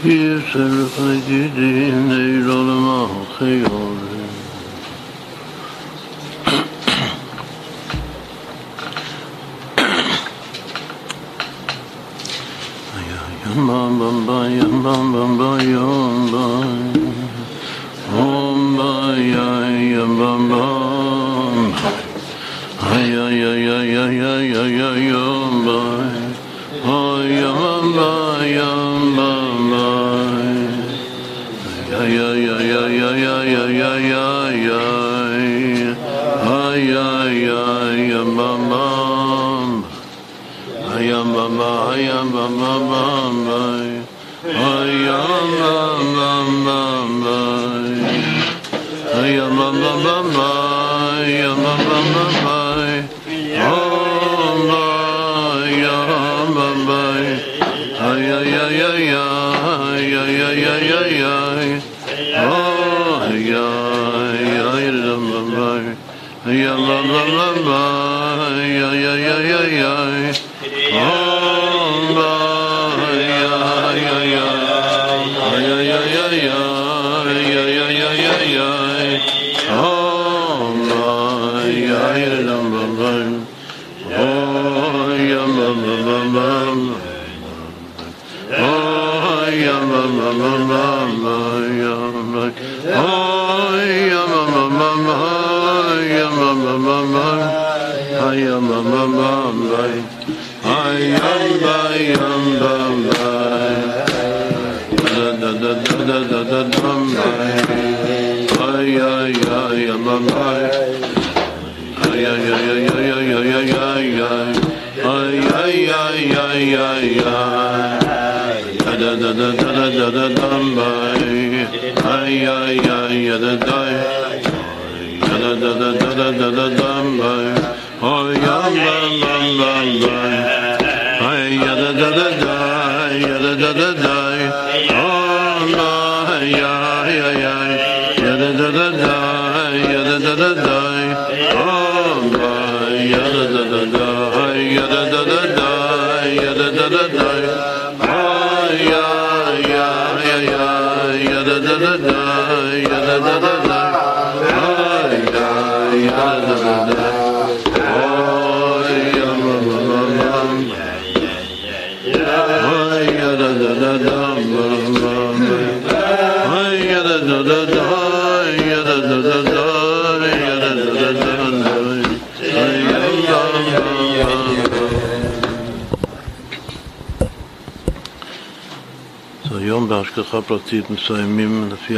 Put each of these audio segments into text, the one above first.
יצר חגידי נעירו למלכי אורי יום בם ביי יום בם ביי יום ביי יום ביי יום בם בם ay ay ay ay ay ay ay ay yom bay ay yom bay yom bay ay ay ay ay ay ay ay ay ay ay ay ay yom bam ay yom bam ay yom bam ay yom bam ay yom bam yom bam ay ay ay ay ay ay ay ay ay ay ay ay lam bay ay lam bay ay ay ay ay ay היום בהשגחה פרטית מסיימים לפי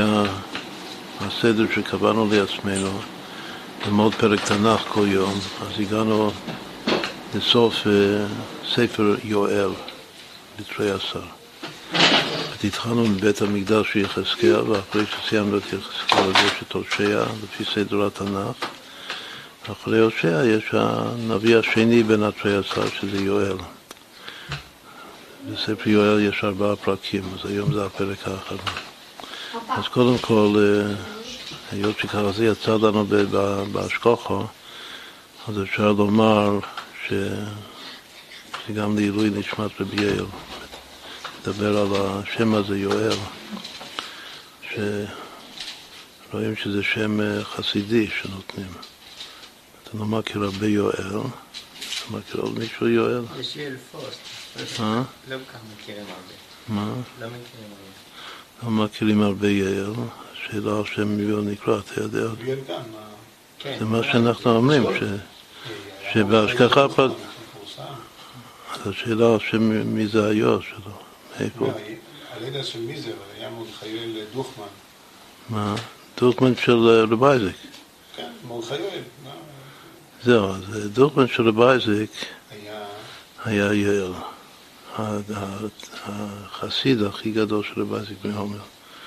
הסדר שקבענו לעצמנו ללמוד פרק תנ"ך כל יום. אז הגענו לסוף ספר יואל בתרי עשר. התחלנו מבית המקדש יחזקאל, ואחרי שסיימנו את יחזקאל יש את הושע לפי סדר התנ"ך. אחרי הושע יש הנביא השני בין התרי עשר שזה יואל. בספר יואל יש 4 פרקים, אז היום זה הפרק האחרון. אז קודם כל, היות שככה זה יצא לנו בהשגחה, אז אפשר לומר שזה גם לעילוי נשמת רבי יאיר. מדבר על השם הזה יואל, שרואים שזה שם חסידי שנותנים. אתה לא מכיר הרבה יואל, אתה מכיר עוד מישהו יואל? יש יואל פוסט. לא כך מכירים הרבה. מה? לא מכירים הרבה. לא מכירים הרבה יאיר. השאלה השם יואל נקרא, אתה יודע? יואל גם. זה מה שאנחנו אומרים, שבהשגחה פרטית. השאלה השם מי זה היה שלו, מאיפה? הלידה של מי זה, אבל היה מרדכי דוכמן. מה? דוכמן של רב אייזק. כן, מרדכי. זהו, אז דוכמן של רב אייזק היה יואל. החסיד הכי גדול של רב אייזק מהומר.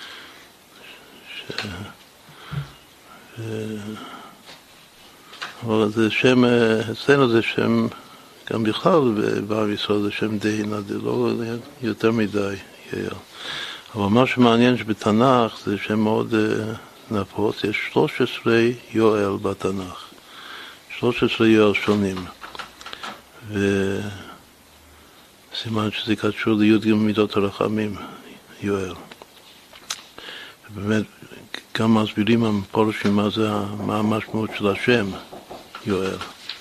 אבל זה שם, אצלנו זה שם, גם בכלל בעם ישראל זה שם די נדיר, לא יותר מדי יואל. אבל מה שמעניין שבתנ"ך זה שם מאוד נפוץ, יש 13 יואל בתנ"ך. 13 יואל שונים. וסימן שזה קשור לי"ג מידות הרחמים. יואל. באמת, גם מסבירים המפורשים מה המשמעות של השם יואל.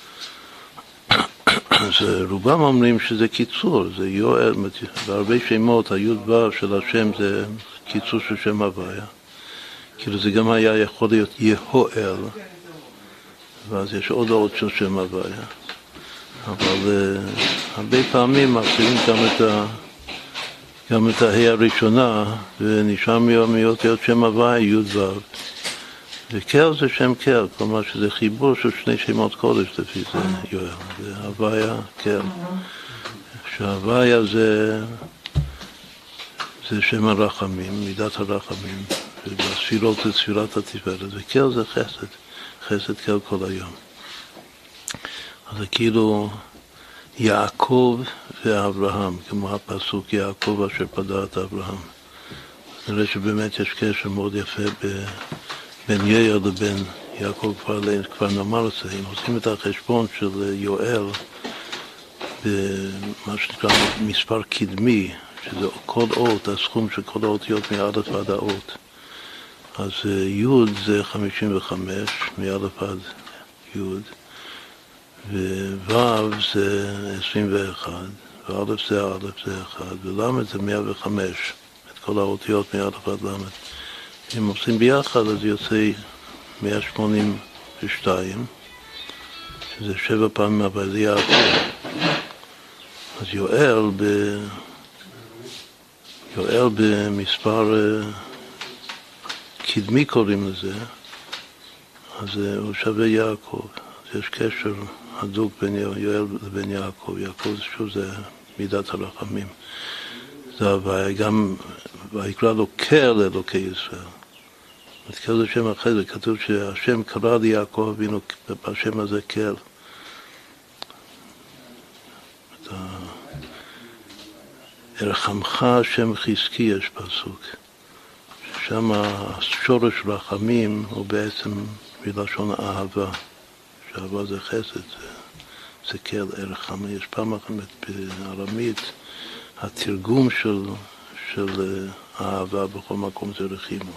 אז רובם אומרים שזה קיצור, זה יואל, בהרבה שמות, היוד ו' של השם זה קיצור של שם הוויה. כאילו זה גם היה יכול להיות יהואל, ואז יש עוד אות של שם הוויה. אבל הרבה פעמים מחזירים גם את ההיא הראשונה, ונשאר להיות שם הוויה יוד ו'. וקל זה שם קל, כלומר שזה חיבור של שני שמות קודש לפי זה יואל, זה הוויה קל. שההוויה זה שם הרחמים, מידת הרחמים, ובספירות זה ספירת התפארת, וקל זה חסד, חסד קל כל היום. אז זה כאילו יעקב ואברהם, כמו הפסוק יעקב אשר פדה את אברהם. נראה שבאמת יש קשר מאוד יפה בין יאיר לבין יעקב, כבר נאמר את זה. אם עושים את החשבון של יואל במה שנקרא מספר קדמי, שזה כל אות, הסכום של כל האותיות מאלף עד האות. אז י' זה 55, מאלף עד י', וו' זה 21, וא' זה א' זה 1, ול' זה 105, את כל האותיות מאלף עד ל'. אם עושים ביחד, אז יוצא 182, שזה 7 פעמים אבל יעקב. אז יואל במספר קדמי קוראים לזה, אז הוא שווה יעקב. אז יש קשר הדוק בין יואל לבין יעקב. יעקב שוב זה מידת הרחמים. זה הוויה, גם ויקרא לו קל אלוקי ישראל. קל זה שם אחר, זה כתוב שהשם קרא ליעקב אבינו בשם הזה קל. הרחמך השם חזקי יש פסוק. שם השורש רחמים הוא בעצם מלשון אהבה. שאהבה זה חסד, זה קל, הרחמה. יש פעם אחת בארמית, התרגום של אהבה בכל מקום זה רחימו.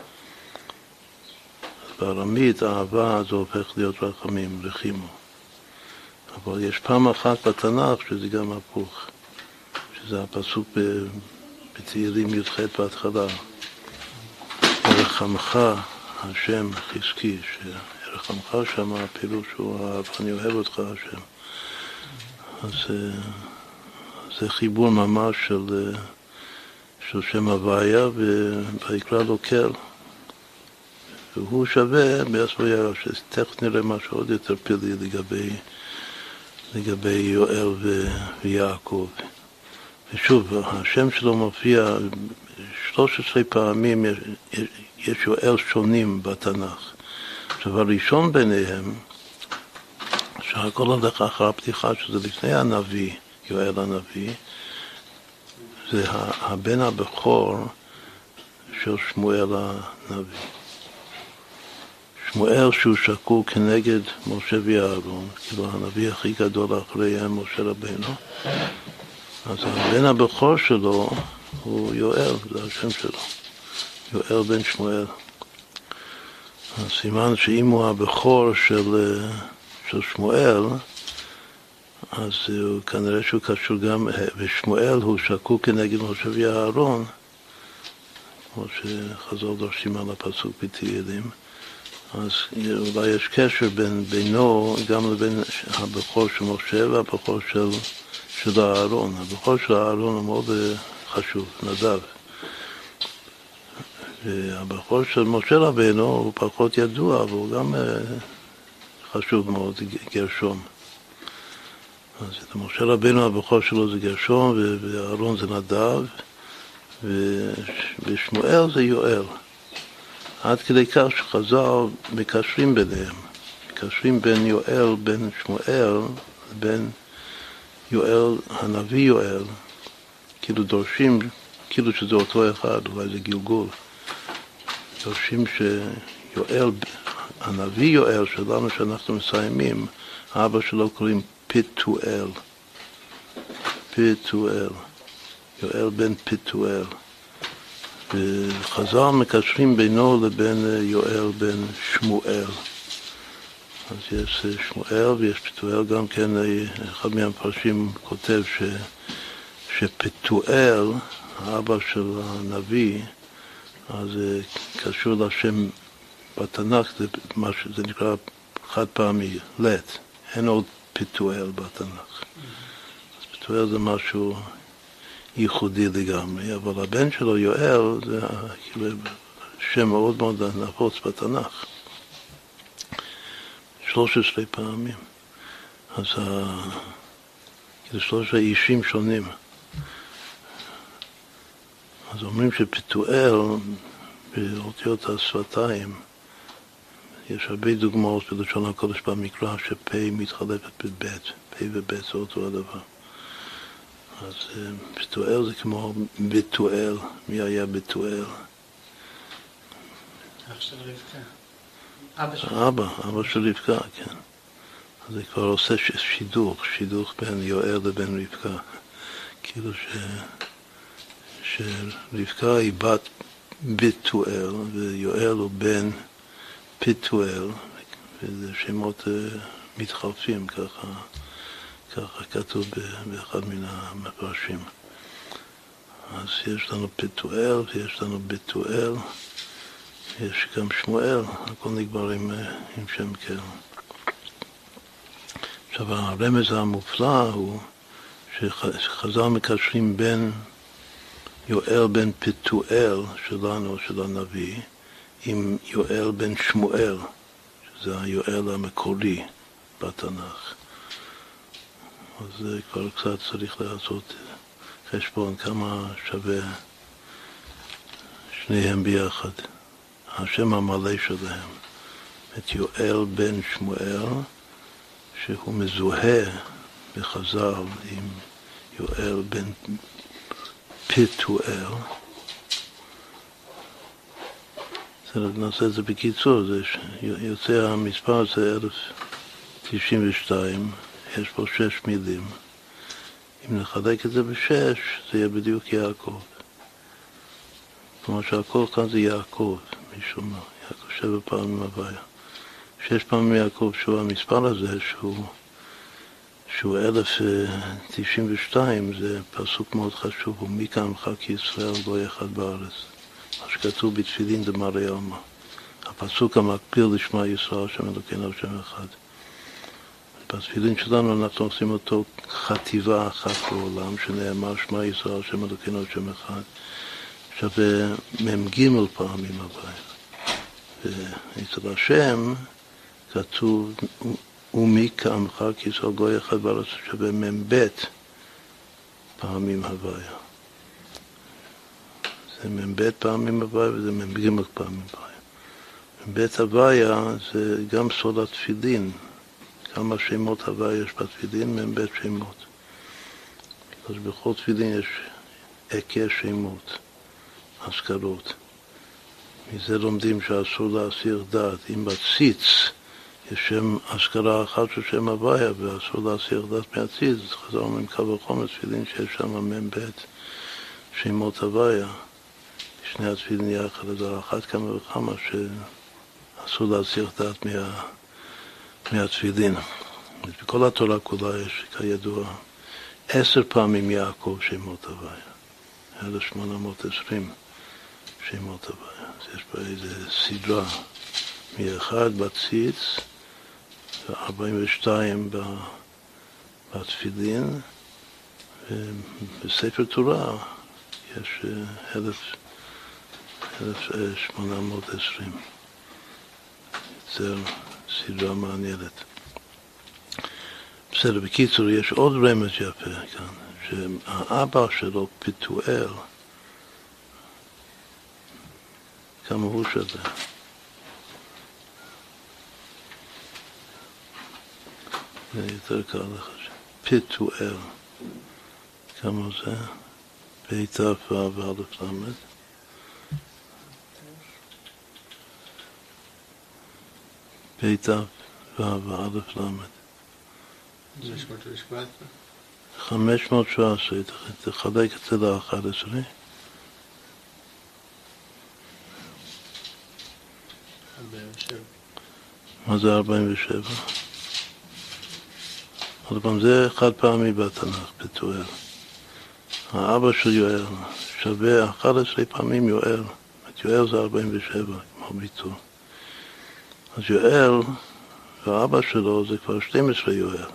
בארמית האהבה זה הופך להיות רחמים, רחימו. אבל יש פעם אחת בתנ"ך שזה גם הפוך, שזה הפסוק בתהילים י"ח בהתחלה. הרחמך השם חזקי, שהרחמך שם הפירוש הוא אני אוהב אותך השם. אז זה חיבור ממש של שם הוויה, ויקרא לו קל. והוא שווה בהסבויה, שתכף נראה משהו עוד יותר פילי לגבי יואל ויעקב. ושוב, השם שלו מופיע 13 פעמים, יש יואל שונים בתנ"ך. עכשיו הראשון ביניהם, שהכל הולך אחר הפתיחה, שזה לפני הנביא, יואל הנביא, זה הבן הבכור של שמואל הנביא. שמואל שהוא שקול כנגד משה ואהרון, כאילו הנביא הכי גדול אחריהם משה רבינו. אז הבן הבכור שלו הוא יואל, זה השם שלו, יואל בן שמואל. הסימן שאם הוא הבכור של שמואל, אז הוא, כנראה שהוא קשור גם, ושמואל הוא שקול כנגד משה ואהרון, כמו שחז"ל דורשים על הפסוק בתהילים. אז אולי יש קשר בינו גם לבין הבכור של משה והבכור של אהרון. הבכור של אהרון הוא מאוד חשוב, נדב. והבכור של משה רבינו הוא פחות ידוע, והוא גם חשוב מאוד, גרשום. אז משה רבינו הבכור שלו זה גרשום, ואהרון זה נדב, ושמואל זה יואל. עד כדי כך שחז"ל מקשרים ביניהם, מקשרים בין יואל, בין שמואל, בין יואל, הנביא יואל, כאילו דורשים, כאילו שזה אותו אחד, אולי זה גלגול. דורשים שיואל, הנביא יואל שלנו שאנחנו מסיימים, האבא שלו קוראים פתואל. פתואל. יואל בן פתואל. וחז"ל מקשרים בינו לבין יואל בן שמואל. אז יש שמואל ויש פתואל, גם כן אחד מהמפרשים כותב שפתואל, האבא של הנביא, אז זה קשור לשם בתנ"ך, זה נקרא חד פעמי, לט, אין עוד פתואל בתנ"ך. אז פתואל זה משהו ייחודי לגמרי, אבל הבן שלו יואל זה כאילו שם מאוד מאוד נפוץ בתנ"ך. 13 פעמים. אז כאילו 13 אישים שונים. אז אומרים שפתואל באותיות השפתיים, יש הרבה דוגמאות בלשון הקודש במקרא שפה מתחלפת בבית, פה ובית זה אותו הדבר. אז פתואל זה כמו בתואל, מי היה בתואל? אח של רבקה. אבא של אבא של רבקה, כן. אז זה כבר עושה שידוך בין יואל לבין רבקה. כאילו שרבקה היא בת בתואל, ויואל הוא בן פתואל, וזה שמות מתחלפים, ככה כתוב באחד מן המפרשים. אז יש לנו פתואל ויש לנו בתואל, יש גם שמואל, הכל נגמר עם שם קל. עכשיו הרמז המופלא הוא שחז"ל מקשרים בין יואל בן פתואל שלנו, של הנביא, עם יואל בן שמואל, שזה היואל המקורי בתנ"ך. אז כבר קצת צריך לעשות חשבון כמה שווה שניהם ביחד. השם המלא שלהם, את יואל בן שמואל, שהוא מזוהה בחז"ל עם יואל בן פתואל. נעשה את זה בקיצור, יוצא המספר זה 1092, יש פה 6 מילים. אם נחלק את זה ב6, זה יהיה בדיוק יעקב. כלומר שהכל כאן זה יעקב, משום מה, יעקב 7 פעמים הוויה. 6 פעמים יעקב שהוא המספר הזה, שהוא 1092, זה פסוק מאוד חשוב, ומי כעמך כישראל גוי אחד בארץ. מה שכתוב בתפילין דמרי עלמא. הפסוק המקביל לשמע ישראל, שם אלוקינו שם אחד. בתפילין שלנו אנחנו עושים אותו חטיבה אחת בעולם, שנאמר שמע ישראל, שם אלוקינו שם אחד. שווה מ"ג פעמים הוויה. ואצל השם כתוב ומי כעמך כישראל גוי אחד בארץ, שווה מ"ב פעמים הוויה. זה מ"ב פעמים הוויה וזה מ"ג פעמים הוויה. מ"ב הוויה זה גם סוד התפילין. כמה שמות הוויה יש בתפילין, מ"ב שמות. אז בכל תפילין יש עקה שמות, הזכרות. מזה לומדים שאסור להסיר דעת. אם בציץ יש שם הזכרה אחת של שם הוויה ואסור להסיר דעת מהציץ, אז חז"ל אומרים קל וחומר תפילין שיש שם מ"ב שמות הוויה. שני התפילין יחד, אז על אחת כמה וכמה שאסור להסיר דעת מהתפילין. בכל התורה כולה יש כידוע 10 פעמים יעקב שמות הוויה. 1820 שמות הוויה. אז יש פה איזה סדרה מ1 בציץ ו42 בתפילין, ובספר תורה יש 1820. זה סדרה מעניינת. בסדר, בקיצור, יש עוד רמז יפה כאן, שהאבא שלו פתואל, כמה הוא שווה. זה יותר קל לך. פתואל, כמה זה? פתא ואלף למד. פתא ואלף למד. 517. 517, תחלק את זה ל-11. מה זה 47? עוד פעם, זה חד פעמי בתנ"ך, בתואר. האבא של יואל שווה 11 פעמים יואל. יואל זה 47, כמו ביטול. אז יואל והאבא שלו זה כבר 12 יואל.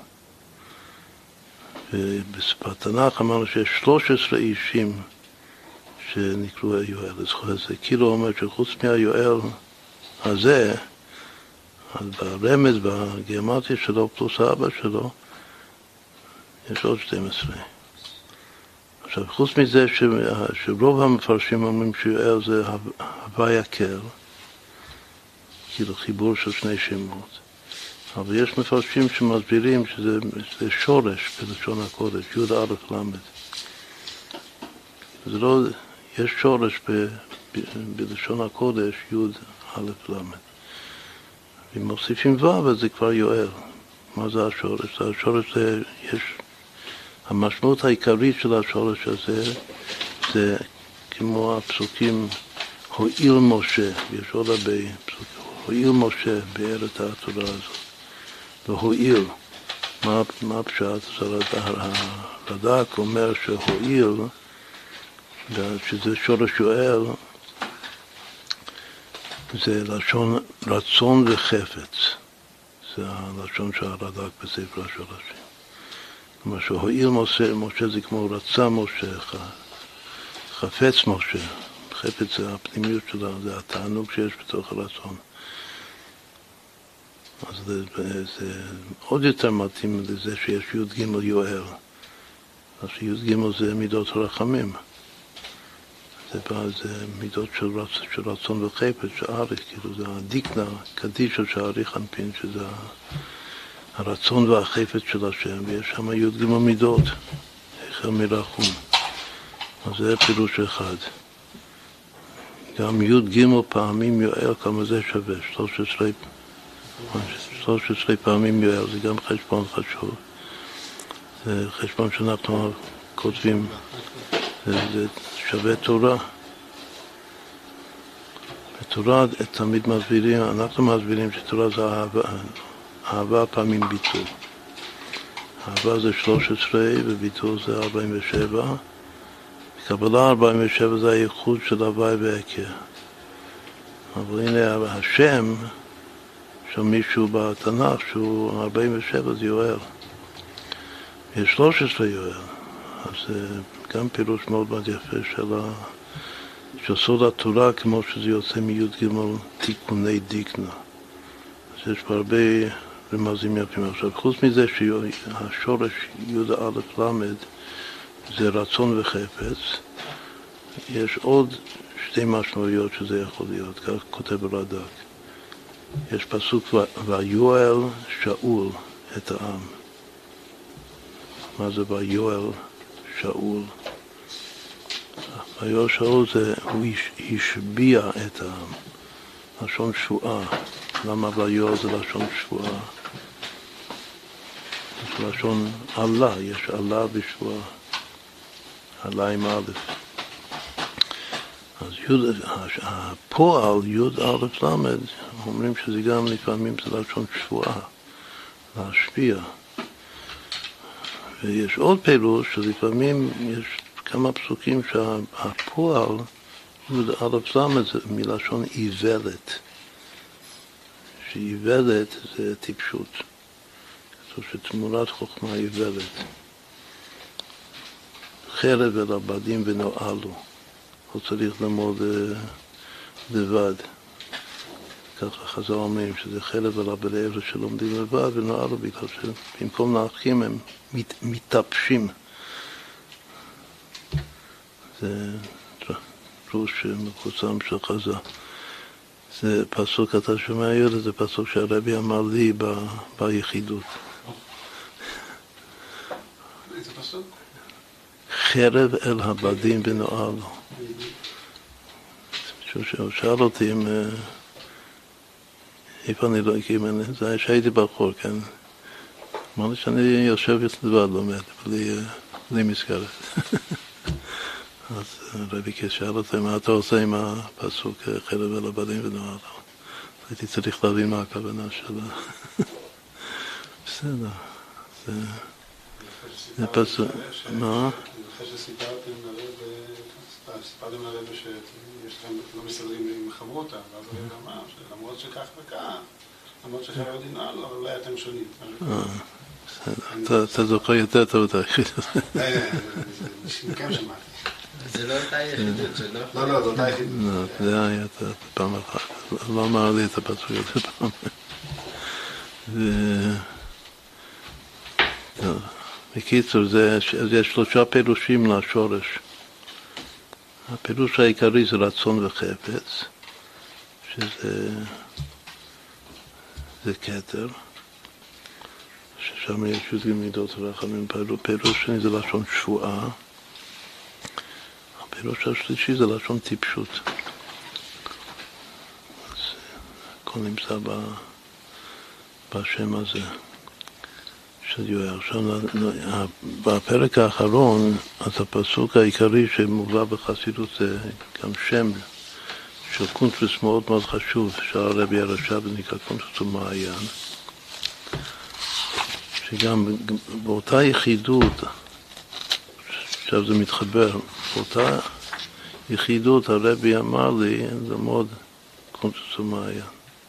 ובתנ"ך אמרנו שיש 13 אישים שנקראו יואל. זה כאילו אומר שחוץ מהיואל הזה, אז ברמז, בגימטריה שלו, פלוס האבא שלו, יש עוד 12. עכשיו, חוץ מזה שרוב המפרשים אומרים שיואל זה הווי הקל, כאילו חיבור של שני שמות. אבל יש מפרשים שמסבירים שזה שורש בלשון הקודש, י' א' ל'. זה לא, יש שורש בלשון הקודש, י' א' ל'. אם מוסיפים ו', אז זה כבר יואל. מה זה השורש? השורש זה, יש, המשמעות העיקרית של השורש הזה, זה כמו הפסוקים, הועיל משה, יש עוד הרבה פסוקים, הועיל משה בארץ התורה הזאת. והועיל, מה הפשט? הרד"ק אומר שהועיל, שזה שורש יואל, זה לשון רצון וחפץ. זה הלשון של הרד"ק בספר השורשים. כלומר שהועיל משה זה כמו רצה משה, חפץ משה. חפץ זה הפנימיות שלה, זה התענוג שיש בתוך הרצון. אז זה עוד יותר מתאים לזה שיש י' ג' יואל. אז י' ג' זה מידות רחמים. זה מידות של רצון וחפץ, שעריך, כאילו זה הדיקנה, קדישה שעריך אנפין, שזה הרצון והחפץ של השם, ויש שם י' ג' מידות, החל מרחום. אז זה פירוש אחד. גם י' ג' פעמים יואל, כמה זה שווה? 13 פעמים יואל, זה גם חשבון חשוב. זה חשבון שאנחנו כותבים, זה שווה תורה. בתורה תמיד מסבירים, אנחנו מסבירים שתורה זה אהבה פעמים ביטול. אהבה זה 13 וביטול זה 47. קבלה 47 זה הייחוד של הווי והכר. אבל הנה השם של מישהו בתנ"ך שהוא 47 זה יואל. יש 13 יואל. אז זה גם פירוש מאוד מאוד יפה של סוד התורה כמו שזה יוצא מי' ג' תיקוני דיקנה. אז יש פה הרבה רמזים יפים. עכשיו, חוץ מזה שהשורש י' א' ל' זה רצון וחפץ, יש עוד שתי משמעויות שזה יכול להיות, כך כותב הרד"ק. יש פסוק ויואל שאול את העם. מה זה ויואל שאול? ויואל שאול זה הוא השביע את העם, לשון שבועה. למה ויואל זה לשון שבועה? זה לשון עלה, יש עלה בשבועה. עלה עם א'. אז הפועל, י' א' ל', אומרים שזה גם לפעמים זה לשון שבועה, להשפיע. ויש עוד פירוש שלפעמים יש כמה פסוקים שהפועל, י' א' ל', זה מלשון איוולת. שאיוולת זה טיפשות. כתוב שתמורת חוכמה איוולת. חרב אל עבדים ונועלו. הוא צריך ללמוד לבד. ככה חז"ל אומרים שזה חרב אל עבדי ארץ שלומדים לבד ונועלו בגלל שבמקום להחכים הם מתאפשים. זה פירוש מקוצר של חז"ל. זה פסוק, אתה שומע יהודה, זה פסוק שהרבי אמר לי ביחידות. איזה פסוק? חרב אל הבדים ונועלו. שהוא שאל אותי איפה אני לא הקים, זה היה שהייתי בחור, כן? אמר לי שאני יושב לבד לומד, בלי מסגרת. אז רבי שאל אותי, מה אתה עושה עם הפסוק חרב אל הבדים ונועלו? הייתי צריך להבין מה הכוונה שלה. בסדר. זה פסוק. מה? אחרי שסיפרתם לרב שיש לכם לא מסתדרים עם חברותה, ואז הרב אמר שלמרות שכך וכך, למרות שחבר דינל, אבל אולי אתם שונים. בסדר. אתה זוכר יותר טוב את היחידות. מכם שמעתי. זה לא הייתה היחידות שלו? לא, זאת היחידות. לא, זה היה פעם אחת. לא אמר לי את הפסוק הזה פעם. בקיצור, יש 3 פירושים לשורש. הפירוש העיקרי זה רצון וחפץ, שזה כתר, ששם יש י"ג מידות הרחמים. פירוש שני זה לשון שבועה. הפירוש השלישי זה לשון טיפשות. אז הכל נמצא בשם הזה של יואל. עכשיו, בפרק האחרון, אז הפסוק העיקרי שמובא בחסידות זה גם שם של קונטרס מאוד מאוד חשוב, שהרבי הרש"ב נקרא קונטרס ומעיין, שגם באותה יחידות, עכשיו זה מתחבר, באותה יחידות הרבי אמר לי, זה מאוד קונטרס ומעיין.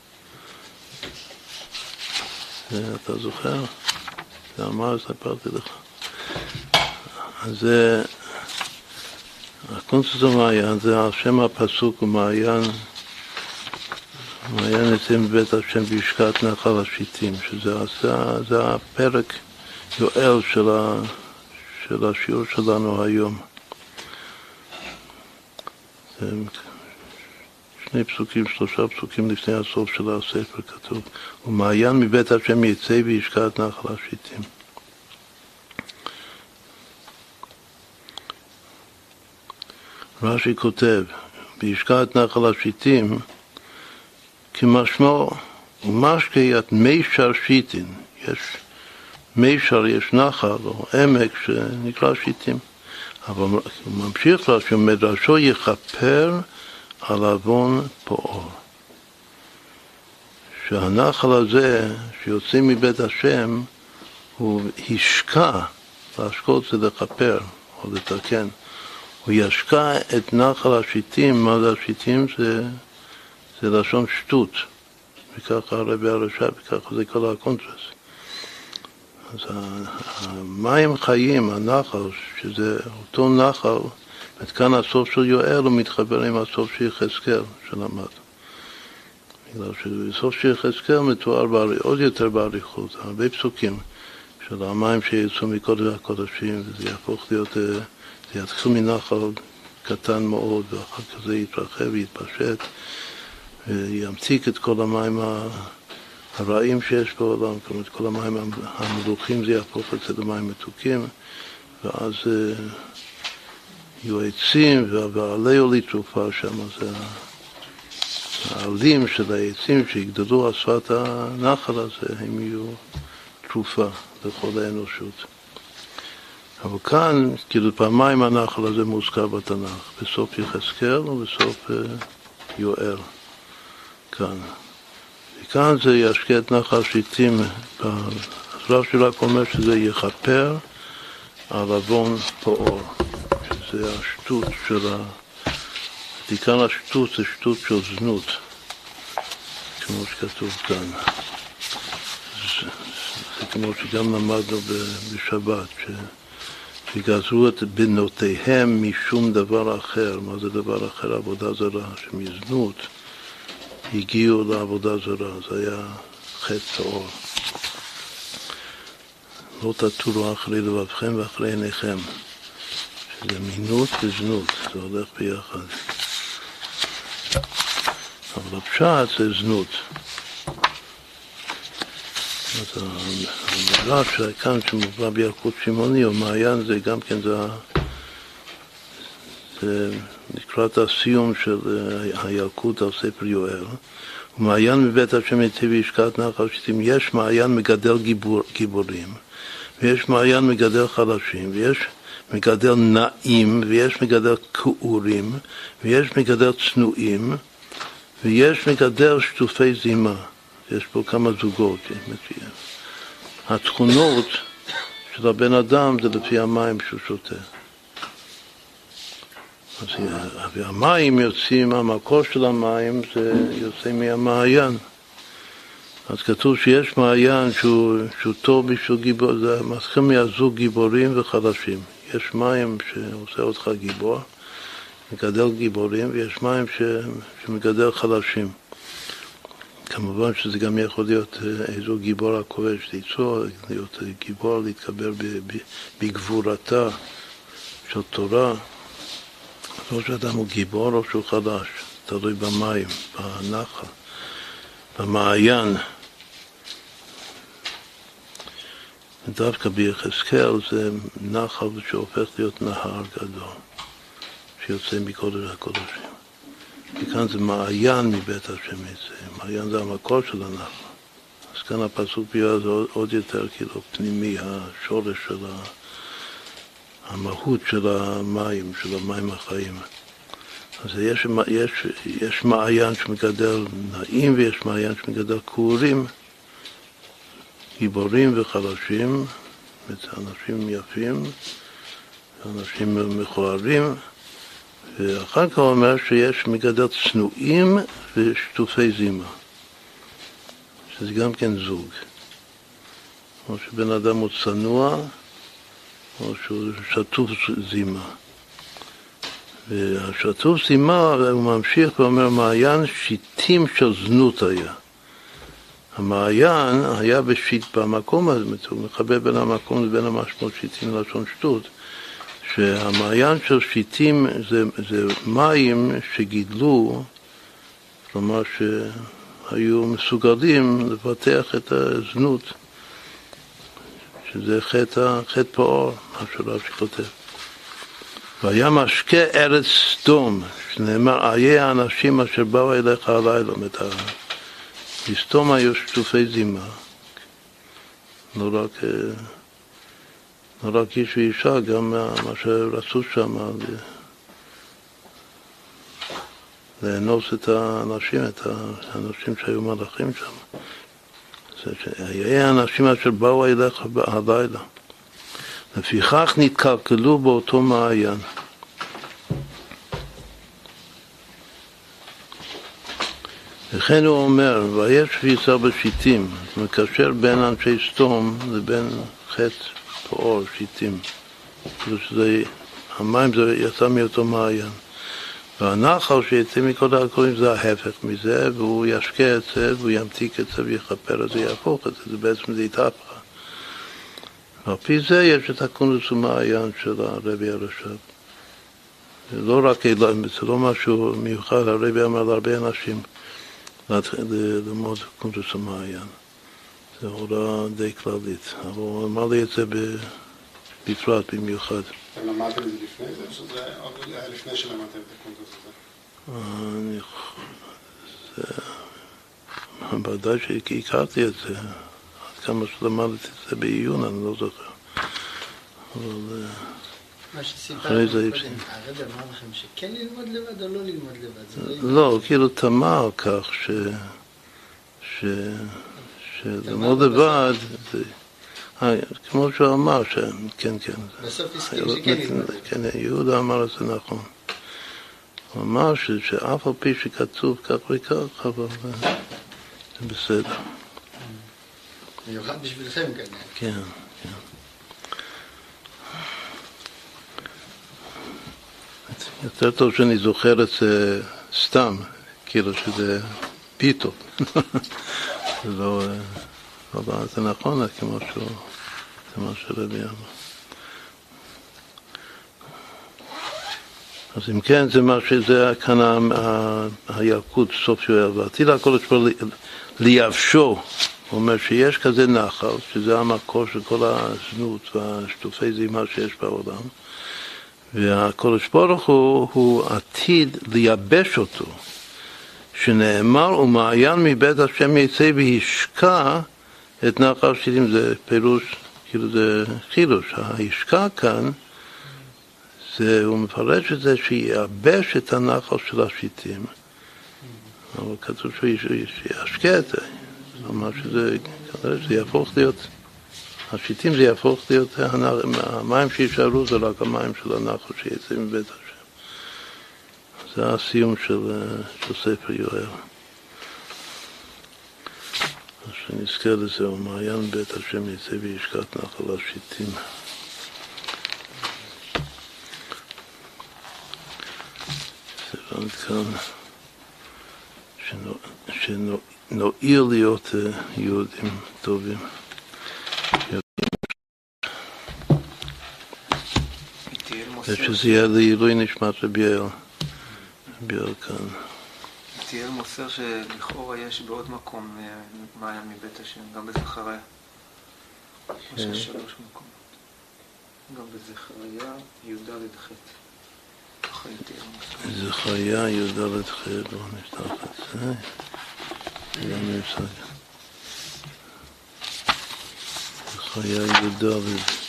אתה זוכר? זה אמר, ספרתי לך. אז זה, הקונטרס ומעיין, זה השם הפסוק ומעיין, מעיין יצאים בבית השם בישקת נחל השיטים, שזה הפרק יואל של השיעור שלנו היום. זה 2 פסוקים, 3 פסוקים לפני הסוף של הספר כתוב, ומעיין מבית השם יצא וישקע את נחל השיטים. רש"י כותב, וישקע את נחל השיטים, כמשמעו, ומשקיעת מישר שיטין, יש מישר, יש נחל או עמק שנקרא שיטים, אבל הוא ממשיך לה שמדרשו יכפר על עוון פועל. שהנחל הזה שיוצאים מבית השם הוא השקע, להשקות זה לכפר או לתקן, הוא ישקע את נחל השיטים. מה זה השיטים? זה לשון שטות, וככה הרבי הרש"ב, וככה זה כל הקונטרס. אז המים חיים, הנחל, שזה אותו נחל, כאן הסוף של יואל הוא מתחבר עם הסוף של יחזקאל שלמד. בגלל שבסוף של יחזקאל מתואר עוד יותר באריכות, הרבה פסוקים של המים שיצאו מקודש הקודשים, וזה יהפוך להיות, זה יתחיל מנחל קטן מאוד, ואחר כך זה יתרחב ויתפשט, וימציק את כל המים הרעים שיש בעולם, כלומר, כל המים המלוכים זה יהפוך את זה למים מתוקים, ואז יהיו עצים, והעלי עולי תרופה שם, זה העלים של העצים שיגדלו על שפת הנחל הזה, הם יהיו תרופה לכל האנושות. אבל כאן, כאילו פעמיים הנחל הזה מוזכר בתנ"ך, בסוף יחזקאל ובסוף יואל, כאן. וכאן זה ישקע את נחל שיטים, הרב רק אומר שזה יכפר על עוון פועל. זה השטות של תיקן השטות, זה שטות של זנות, כמו שכתוב כאן. זה כמו שגם למדנו בשבת, שגזרו את בנותיהם משום דבר אחר. מה זה דבר אחר? עבודה זרה, שמזנות הגיעו לעבודה זרה, זה היה חטא צעור. לא תטורו אחרי לבבכם ואחרי עיניכם. זה מינות וזנות, זה הולך ביחד. אבל הפשט זה זנות. אז המדרש כאן שמובא בילקוט שמעוני או מעיין, זה גם כן זה לקראת הסיום של הילקוט על ספר יואל. ומעיין מבית השם יצא וישקע את נחל השיטים. יש מעיין מגדל גיבורים, ויש מעיין מגדל חלשים, ויש מגדל נעים, ויש מגדל כאורים, ויש מגדל צנועים, ויש מגדל שטופי זימה, יש פה כמה זוגות, התכונות של הבן אדם זה לפי המים שהוא שותה. אז המים יוצאים, המקור של המים זה יוצא מהמעיין. אז כתוב שיש מעיין שהוא טוב בשביל גיבור, זה מתחיל מהזוג גיבורים וחלשים. יש מים שעושה אותך גיבור, מגדל גיבורים, ויש מים שמגדל חלשים. כמובן שזה גם יכול להיות איזו גיבור הכובש ליצור, להיות גיבור להתקבל בגבורתה של תורה. או שאדם הוא גיבור או שהוא חלש, תלוי במים, בנחל, במעיין. דווקא ביחזקאל זה נחל שהופך להיות נהר גדול, שיוצא מקודש הקודשים. וכאן זה מעיין מבית השם יצא, מעיין זה המקור של הנחל. אז כאן הפסוק ביואר זה עוד יותר כאילו פנימי, השורש של המהות של המים, של המים החיים. אז יש מעיין שמגדל נעים ויש מעיין שמגדל קורים, גיבורים וחלשים, אנשים יפים, אנשים מכוערים, ואחר כך הוא אומר שיש מגדל צנועים ושטופי זימה, שזה גם כן זוג. או שבן אדם הוא צנוע, או שהוא שטוף זימה. והשטוף זימה, הוא ממשיך ואומר, מעיין שיטים של זנות היה. המעיין היה בשיט במקום הזה, הוא מחבר בין המקום לבין המשמעות שיטים ללשון שטות, שהמעיין של שיטים זה מים שגידלו, כלומר שהיו מסוגלים לפתח את הזנות, שזה חטא פאור, מה שרש"י כותב. והיה משקה ארץ סדום, שנאמר, איה האנשים אשר באו אליך הלילה, בסדום היו שטופי זימה, לא רק איש ואישה, גם מה שרצו שם, לאנוס את האנשים שהיו מלאכים שם. היה האנשים אשר באו אליך הלילה. לפיכך נתקלקלו באותו מעיין. וכן הוא אומר, ויש תפיסה בשיטים, מקשר בין אנשי סדום לבין חטא פאור, שיטים. המים זה יצא מאותו מעיין. והנחל שיצא מכל הקוראים זה ההפך מזה, והוא ישקה את זה, והוא ימתיק את זה ויכפר את זה, יהפוך את זה, זה בעצם זה יתהפך. ועל פי זה יש את הכונוס ומעיין של הרבי הרש"ב. זה לא רק אלוהים, זה לא משהו מיוחד, הרבי אמר להרבה אנשים ללמוד כונוס ומעיין. זה הוראה די כללית, אבל הוא אמר לי את זה בפרט במיוחד. אתם למדתם את זה לפני זה, או שזה היה לפני שלמדתם את הכונוס הזה? ודאי שהכרתי את זה. כמה שלמדתי את זה בעיון, אני לא זוכר. אבל מה שסיפרנו קודם, הרב אמר לכם שכן ללמוד לבד או לא ללמוד לבד? לא, כאילו תמה על כך שללמוד לבד, כמו שהוא אמר, כן. בסוף הסכים שכן ללמוד לבד. כן, יהודה אמר את זה נכון. הוא אמר שאף על פי שכתוב כך וכך, אבל זה בסדר. מיוחד בשבילכם כנראה. כן. יותר טוב שאני זוכר את זה סתם, כאילו שזה פיתו. זה לא... אבל זה נכון, כמו זה מה שרבי אמר. אז אם כן, זה מה שזה כאן הילקוט סוף יואל. ועתיד הקודש פה לייבשו. הוא אומר שיש כזה נחל, שזה המקור של כל הזנות והשטופי זימה שיש בעולם, והקדוש ברוך הוא עתיד לייבש אותו, שנאמר, ומעיין מבית השם יצא וישקע את נחל שיטים. זה פירוש, כאילו זה חידוש. הישקע כאן, הוא מפרש את זה שייבש את הנחל של השיטים, אבל כתוב שישקה את זה. זאת אומרת שזה יהפוך להיות, השיטים זה יהפוך להיות, המים שישארו זה רק המים של הנחל שיצא מבית השם. זה הסיום של ספר יואל. אז שנזכר לזה, ומעיין בית השם יצא וישקט נחל השיטים. זה כאן שנועיר להיות יהודים טובים. ושזה יהיה לעילוי נשמת רבי אליעזר כאן. תיאל מוסר שלכאורה יש בעוד מקום מעיין מבית השם, גם בזכריה. יש 3 מקומות. גם בזכריה י"ד ח'. זכריה י"ד ח', בואו נפתח את זה. גם נפסק. זכריה י"ד.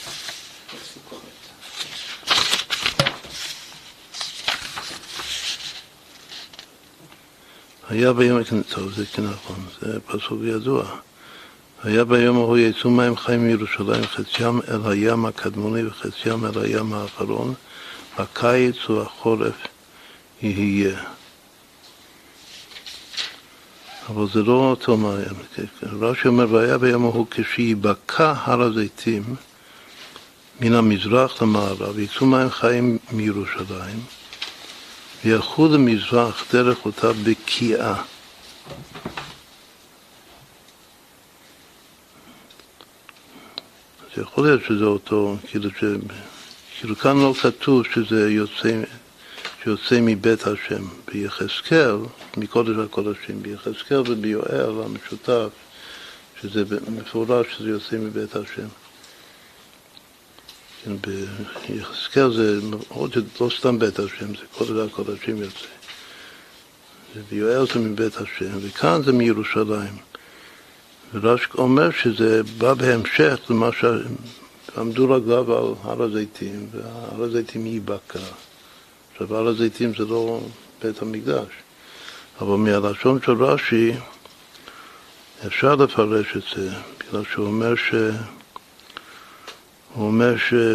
היה ביום, טוב, זה נכון, זה פסוק ידוע. היה ביום ההוא יצאו מים חיים מירושלים, חציים אל הים הקדמוני וחציים אל הים האחרון, הקיץ והחורף יהיה. אבל זה לא אותו מים. רש"י אומר, והיה ביום ההוא כשיבקע הר הזיתים מן המזרח למערב, יצאו מים חיים מירושלים, וילכו למזרח דרך אותה בקיעה. אז יכול להיות שזה אותו, כאילו כאן לא כתוב שזה יוצא מבית השם. ביחזקאל, מקודש הקודשים, ביחזקאל וביואל המשותף, שזה מפורש שזה יוצא מבית השם. ביחזקאל זה לא סתם בית השם, זה קודש הקודשים יוצא. ביואל זה מבית השם, וכאן זה מירושלים. ורש"י אומר שזה בא בהמשך למה שעמדו רגליו על הר הזיתים, והר הזיתים ייבקע. עכשיו, הר הזיתים זה לא בית המקדש, אבל מהלשון של רש"י אפשר לפרש את זה, בגלל שהוא אומר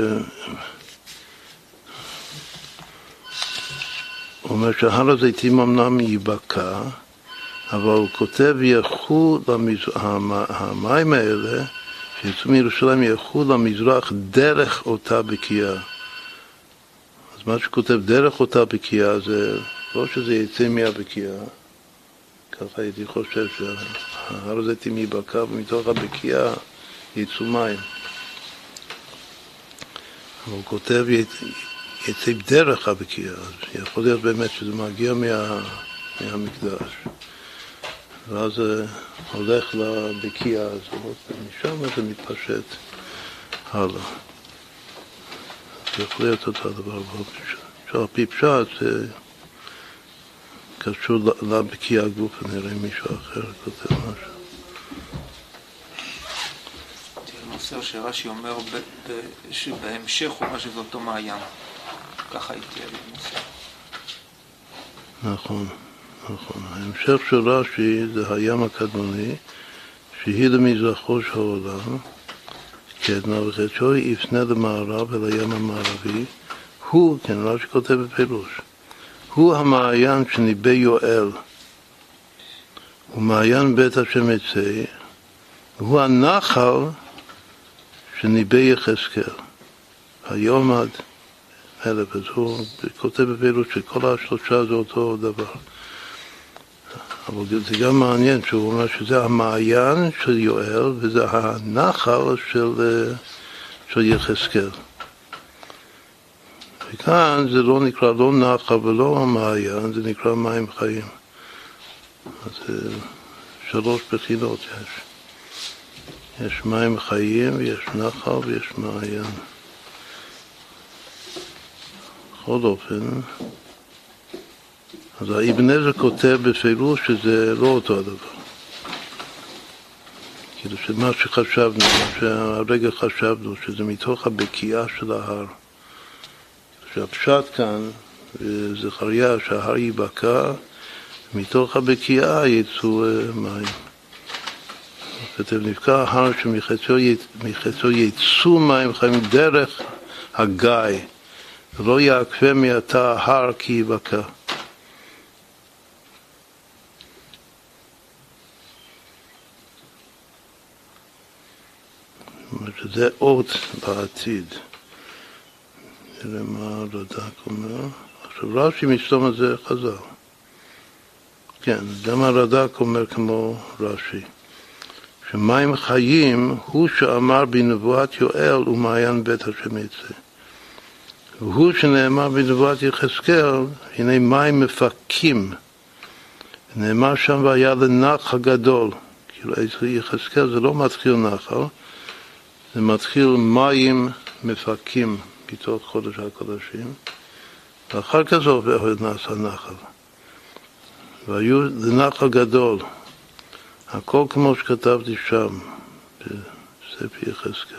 שהר הזיתים אמנם ייבקע, אבל הוא כותב ילכו המים האלה שיצאו מירושלים ילכו למזרח דרך אותה בקיעה. אז מה שכותב דרך אותה בקיעה זה לא שזה יצא מהבקיעה, ככה הייתי חושב שההר הזיתים ייבקע ומתוך הבקיעה יצאו מים. אבל הוא כותב יצא דרך הבקיעה, אז יכול להיות באמת שזה מגיע מהמקדש. ואז זה הולך לבקיעה הזאת, ומשם זה מתפשט הלאה. זה יכול להיות אותו דבר, שעל פי פשט זה קשור לבקיעה גוף, נראה מישהו אחר כותב משהו. מוסר שרש"י אומר שבהמשך הוא אומר שזה אותו מעיין. ככה הייתי אליו מוסר. נכון. ההמשך של רש"י זה הים הקדמוני, שהיא למזרחו של העולם, קדמה וחצו יפנה למערב אל הים המערבי, הוא, כן, רש"י כותב בפירוש, הוא המעיין שניבא יואל, הוא מעיין בית השם יצא, הוא הנחל שניבא יחזקאל, היום עד 1000, אז הוא כותב בפירוש שכל השלושה זה אותו דבר. אבל זה גם מעניין שהוא אומר שזה המעיין של יואל וזה הנחל של יחזקאל. וכאן זה לא נקרא לא נחל ולא המעיין, זה נקרא מים חיים. אז 3 בחינות יש. יש מים חיים ויש נחל ויש מעיין. בכל אופן, אז האבן עזרא כותב בפירוש שזה לא אותו הדבר. כאילו שמה שחשבנו, מה שהרגע חשבנו, שזה מתוך הבקיעה של ההר. שהפשט כאן, זכריה, שההר ייבקע, מתוך הבקיעה יצאו מים. כתב נפקע ההר שמחצו יצאו מים חיים דרך הגיא, ולא יעקפה מעתה ההר כי יבקע. שזה אות בעתיד. נראה מה רד"ק אומר. עכשיו רש"י מסתום את זה חז"ל. כן, גם הרד"ק אומר כמו רש"י. שמים חיים הוא שאמר בנבואת יואל ומעיין בית השם יצא. והוא שנאמר בנבואת יחזקאל, הנה מים מפקים. נאמר שם והיה לנחל גדול. כאילו יחזקאל זה לא מתחיל נחל, זה מתחיל מים מפקים בתוך קודש הקודשים, ואחר כך זה עובר נעשה נחל. והיו לנחל גדול, הכל כמו שכתבתי שם, בספר יחזקאל.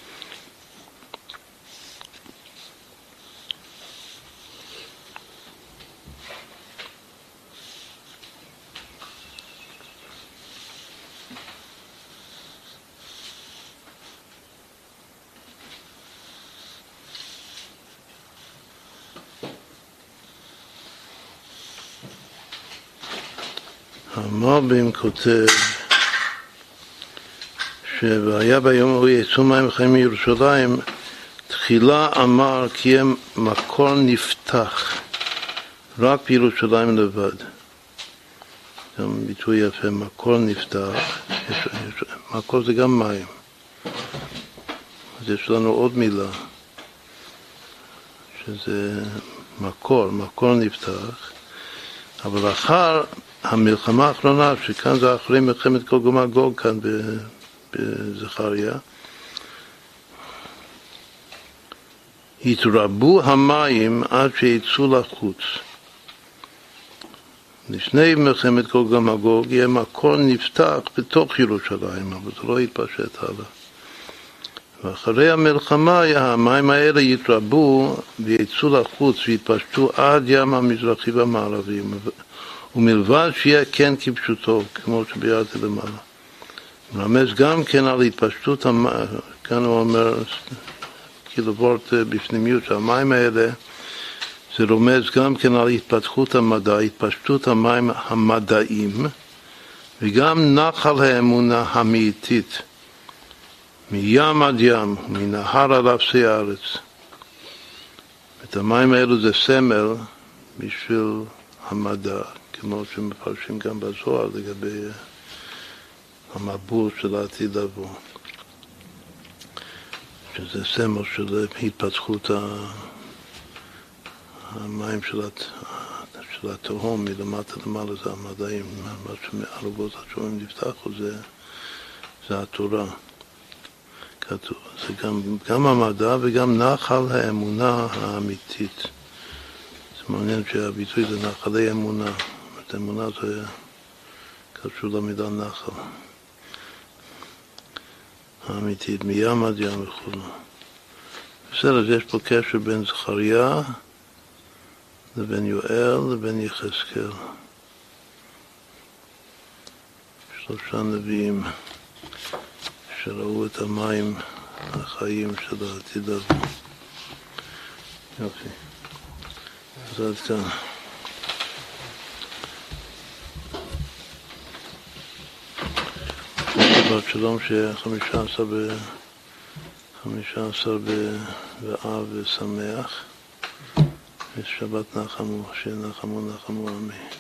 המרבים כותב שהיה ביום ההוא יצאו מים חיים מירושלים, תחילה אמר כי הם מקור נפתח רק בירושלים לבד. גם ביטוי יפה, מקור נפתח. מקור זה גם מים. אז יש לנו עוד מילה שזה מקור נפתח. אבל אחר המלחמה האחרונה, שכאן זה אחרי מלחמת גוג ומגוג כאן בזכריה, התרבו המים עד שיצאו לחוץ. לפני מלחמת גוג ומגוג יהיה מקור נפתח בתוך ירושלים, אבל זה לא יתפשט הלאה. ואחרי המלחמה המים האלה יתרבו ויצאו לחוץ ויתפשטו עד ים המזרחי והמערבי, ומלבד שיהיה כן כפשוטו, כמו שביארתי למעלה. מרמז גם כן על התפשטות המים, כאן הוא אומר, כאילו וורט בפנימיות, שהמים האלה, זה רומז גם כן על התפתחות המדע, התפשטות המים המדעיים, וגם נחל האמונה המאיטית, מים עד ים, מנהר על אפסי הארץ. את המים האלו זה סמל בשביל המדע, כמו שמפרשים גם בזוהר לגבי המבול של העתיד לבוא. שזה סמל של התפתחות המים של התהום מלמטה למעלה, זה המדעים, מה שמערבות השומעים נפתחו, זה התורה. כתוב. זה גם המדע וגם נחל האמונה האמיתית. זה מעניין שהביטוי זה נחלי אמונה. אמונה זה קשור למילה נחל. האמיתית, מים עד ים וכו'. בסדר, אז יש פה קשר בין זכריה לבין יואל לבין יחזקאל. שלושה נביאים שראו את המים החיים של העתיד לבוא. יופי. אז עד כאן. שבת שלום ש15 באב ושמח. ושבת נחמו, שנחמו עמי.